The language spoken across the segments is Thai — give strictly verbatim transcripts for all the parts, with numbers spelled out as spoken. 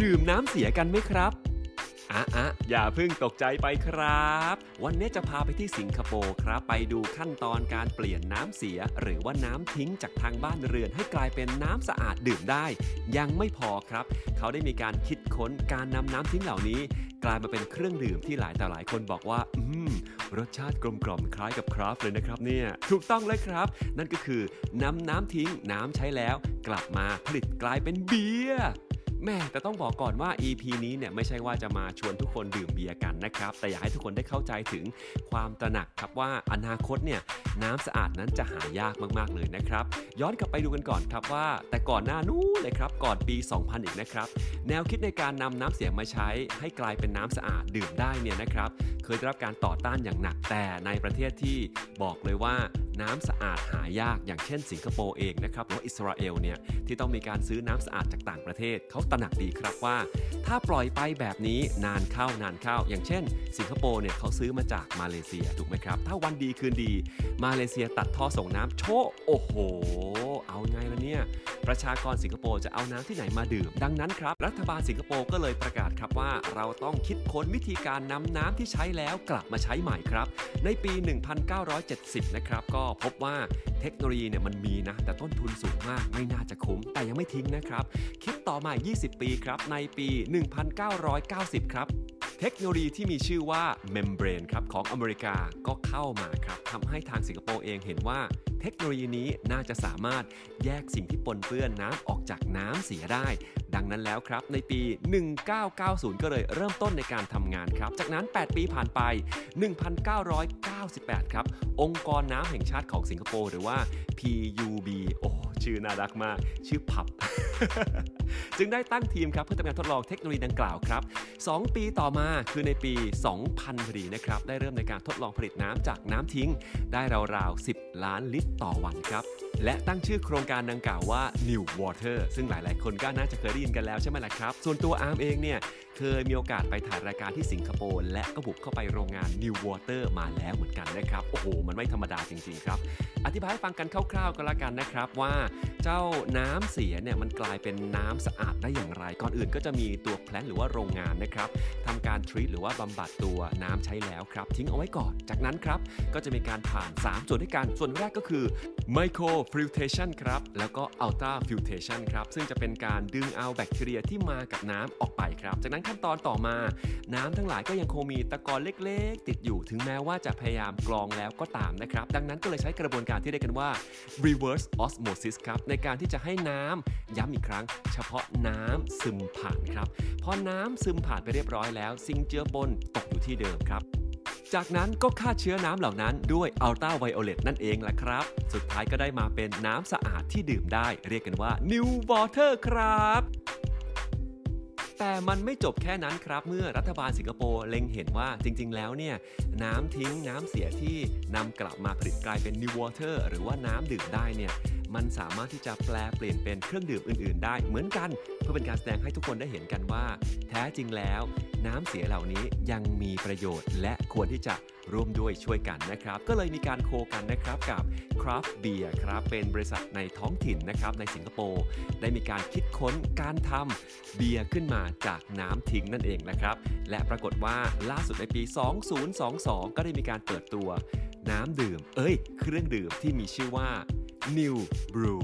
ดื่มน้ำเสียกันไหมครับอ่ะอ่ะอย่าเพิ่งตกใจไปครับวันนี้จะพาไปที่สิงคโปร์ครับไปดูขั้นตอนการเปลี่ยนน้ำเสียหรือว่าน้ำทิ้งจากทางบ้านเรือนให้กลายเป็นน้ำสะอาดดื่มได้ยังไม่พอครับเขาได้มีการคิดค้นการนำน้ำทิ้งเหล่านี้กลายมาเป็นเครื่องดื่มที่หลายต่อหลายคนบอกว่าอืมรสชาติกลมกล่อมคล้ายกับคราฟต์เลยนะครับเนี่ยถูกต้องเลยครับนั่นก็คือนำน้ำทิ้งน้ำใช้แล้วกลับมาผลิตกลายเป็นเบียร์แม่แต่ต้องบอกก่อนว่า อี พี นี้เนี่ยไม่ใช่ว่าจะมาชวนทุกคนดื่มเบียร์กันนะครับแต่อยากให้ทุกคนได้เข้าใจถึงความตระหนักครับว่าอนาคตเนี่ยน้ำสะอาดนั้นจะหายากมากๆเลยนะครับย้อนกลับไปดูกันก่อนครับว่าแต่ก่อนหน้านู้นเลยครับก่อนปี สองพัน อีกนะครับแนวคิดในการนำน้ำเสียมาใช้ให้กลายเป็นน้ำสะอาดดื่มได้เนี่ยนะครับเคยได้รับการต่อต้านอย่างหนักแต่ในประเทศที่บอกเลยว่าน้ำสะอาดหายากอย่างเช่นสิงคโปร์เองนะครับหรือว่าอิสราเอลเนี่ยที่ต้องมีการซื้อน้ำสะอาดจากต่างประเทศเขาตระหนักดีครับว่าถ้าปล่อยไปแบบนี้นานเข้านานเข้าอย่างเช่นสิงคโปร์เนี่ยเขาซื้อมาจากมาเลเซียถูกไหมครับถ้าวันดีคืนดีมาเลเซียตัดท่อส่งน้ำโชะโอ้โหเอาไงล่ะเนี่ยประชากรสิงคโปร์จะเอาน้ำที่ไหนมาดื่มดังนั้นครับรัฐบาลสิงคโปร์ก็เลยประกาศครับว่าเราต้องคิดค้นวิธีการนำน้ำที่ใช้แล้วกลับมาใช้ใหม่ครับในปี หนึ่งพันเก้าร้อยเจ็ดสิบ นะครับก็พบว่าเทคโนโลยีเนี่ยมันมีนะแต่ต้นทุนสูงมากไม่น่าจะคุ้มแต่ยังไม่ทิ้งนะครับคิดต่อมายี่สิบปีครับในปี หนึ่งพันเก้าร้อยเก้าสิบ ครับเทคโนโลยีที่มีชื่อว่า Membrane ครับของอเมริกาก็เข้ามาครับทำให้ทางสิงคโปร์เองเห็นว่าเทคโนโลยีนี้น่าจะสามารถแยกสิ่งที่ปนเปื้อนน้ำออกจากน้ำเสียได้ดังนั้นแล้วครับในปี หนึ่งพันเก้าร้อยเก้าสิบ ก็เลยเริ่มต้นในการทำงานครับจากนั้นแปดปีผ่านไป หนึ่งพันเก้าร้อยเก้าสิบแปด ครับองค์กรน้ำแห่งชาติของสิงคโปร์หรือว่า พี ยู บี โอ้ชื่อน่ารักมากชื่อพับ จึงได้ตั้งทีมครับเพื่อทำการทดลองเทคโนโลยีดังกล่าวครับสองปีต่อมาคือในปี สองพัน พอดีนะครับได้เริ่มในการทดลองผลิตน้ำจากน้ำทิ้งได้ราวๆสิบล้านลิตรต่อวันครับและตั้งชื่อโครงการดังกล่าวว่า New Water ซึ่งหลายๆคนก็น่าจะเคยได้ยินกันแล้วใช่ไหมล่ะครับส่วนตัวอาร์มเองเนี่ยเคยมีโอกาสไปถ่ายรายการที่สิงคโปร์และก็บุกเข้าไปโรงงาน New Water มาแล้วเหมือนกันนะครับโอ้โหมันไม่ธรรมดาจริงๆครับอธิบายให้ฟังกันคร่าวๆก็แล้วกันนะครับว่าเจ้าน้ำเสียเนี่ยมันกลายเป็นน้ำสะอาดได้อย่างไรก่อนอื่นก็จะมีตัวแพลนหรือว่าโรงงานนะครับทำการทรีตหรือว่าบำบัดตัวน้ำใช้แล้วครับทิ้งเอาไว้ก่อนจากนั้นครับก็จะมีการผ่านสามส่วนด้วยกันส่วนแรกก็คือ Micro Filtration ครับแล้วก็ Ultra Filtration ครับซึ่งจะเป็นการดึงเอาแบคทีเรียที่มากับน้ำออกไปครับจากนั้นขั้นตอนต่อมาน้ำทั้งหลายก็ยังคงมีตะกอนเล็กๆติดอยู่ถึงแม้ว่าจะพยายามกรองแล้วก็ตามนะครับดังนั้นก็เลยใช้กระบวนการที่เรียกกันว่า reverse osmosis ครับในการที่จะให้น้ำย้ำอีกครั้งเฉพาะน้ำซึมผ่านครับพอน้ำซึมผ่านไปเรียบร้อยแล้วสิ่งเจือปนตกอยู่ที่เดิมครับจากนั้นก็ฆ่าเชื้อน้ำเหล่านั้นด้วยอัลตราไวโอเลตนั่นเองแหละครับสุดท้ายก็ได้มาเป็นน้ำสะอาดที่ดื่มได้เรียกกันว่า New Water ครับแต่มันไม่จบแค่นั้นครับเมื่อรัฐบาลสิงคโปร์เล็งเห็นว่าจริงๆแล้วเนี่ยน้ำทิ้งน้ำเสียที่นำกลับมาผลิตกลายเป็น New Water หรือว่าน้ำดื่มได้เนี่ยมันสามารถที่จะแปลเปลี่ยนเป็นเครื่องดื่มอื่นๆได้เหมือนกันเพื่อเป็นการแสดงให้ทุกคนได้เห็นกันว่าแท้จริงแล้วน้ำเสียเหล่านี้ยังมีประโยชน์และควรที่จะร่วมด้วยช่วยกันนะครับก็เลยมีการโคกันนะครับกับ Craft Beer ครับเป็นบริษัทในท้องถิ่นนะครับในสิงคโปร์ได้มีการคิดค้นการทำเบียร์ขึ้นมาจากน้ำทิ้งนั่นเองนะครับและปรากฏว่าล่าสุดในปี สองพันยี่สิบสอง ก็ได้มีการเปิดตัวน้ำดื่มเอ้ยเครื่องดื่มที่มีชื่อว่า New Brew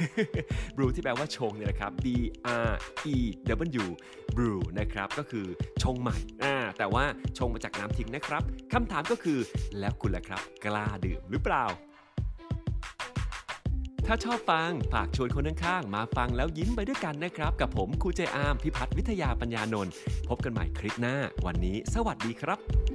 Brew ที่แปลว่าชงเนี่ยนะครับ B R E W Brew นะครับก็คือชงใหม่อ่าแต่ว่าชงมาจากน้ำทิ้งนะครับคำถามก็คือแล้วคุณล่ะครับกล้าดื่มหรือเปล่าถ้าชอบฟังฝากชวนคนข้างๆมาฟังแล้วยิ้มไปด้วยกันนะครับกับผมครูเจอาร์มพิพัฒน์วิทยาปัญญานนท์พบกันใหม่คลิปหน้าวันนี้สวัสดีครับ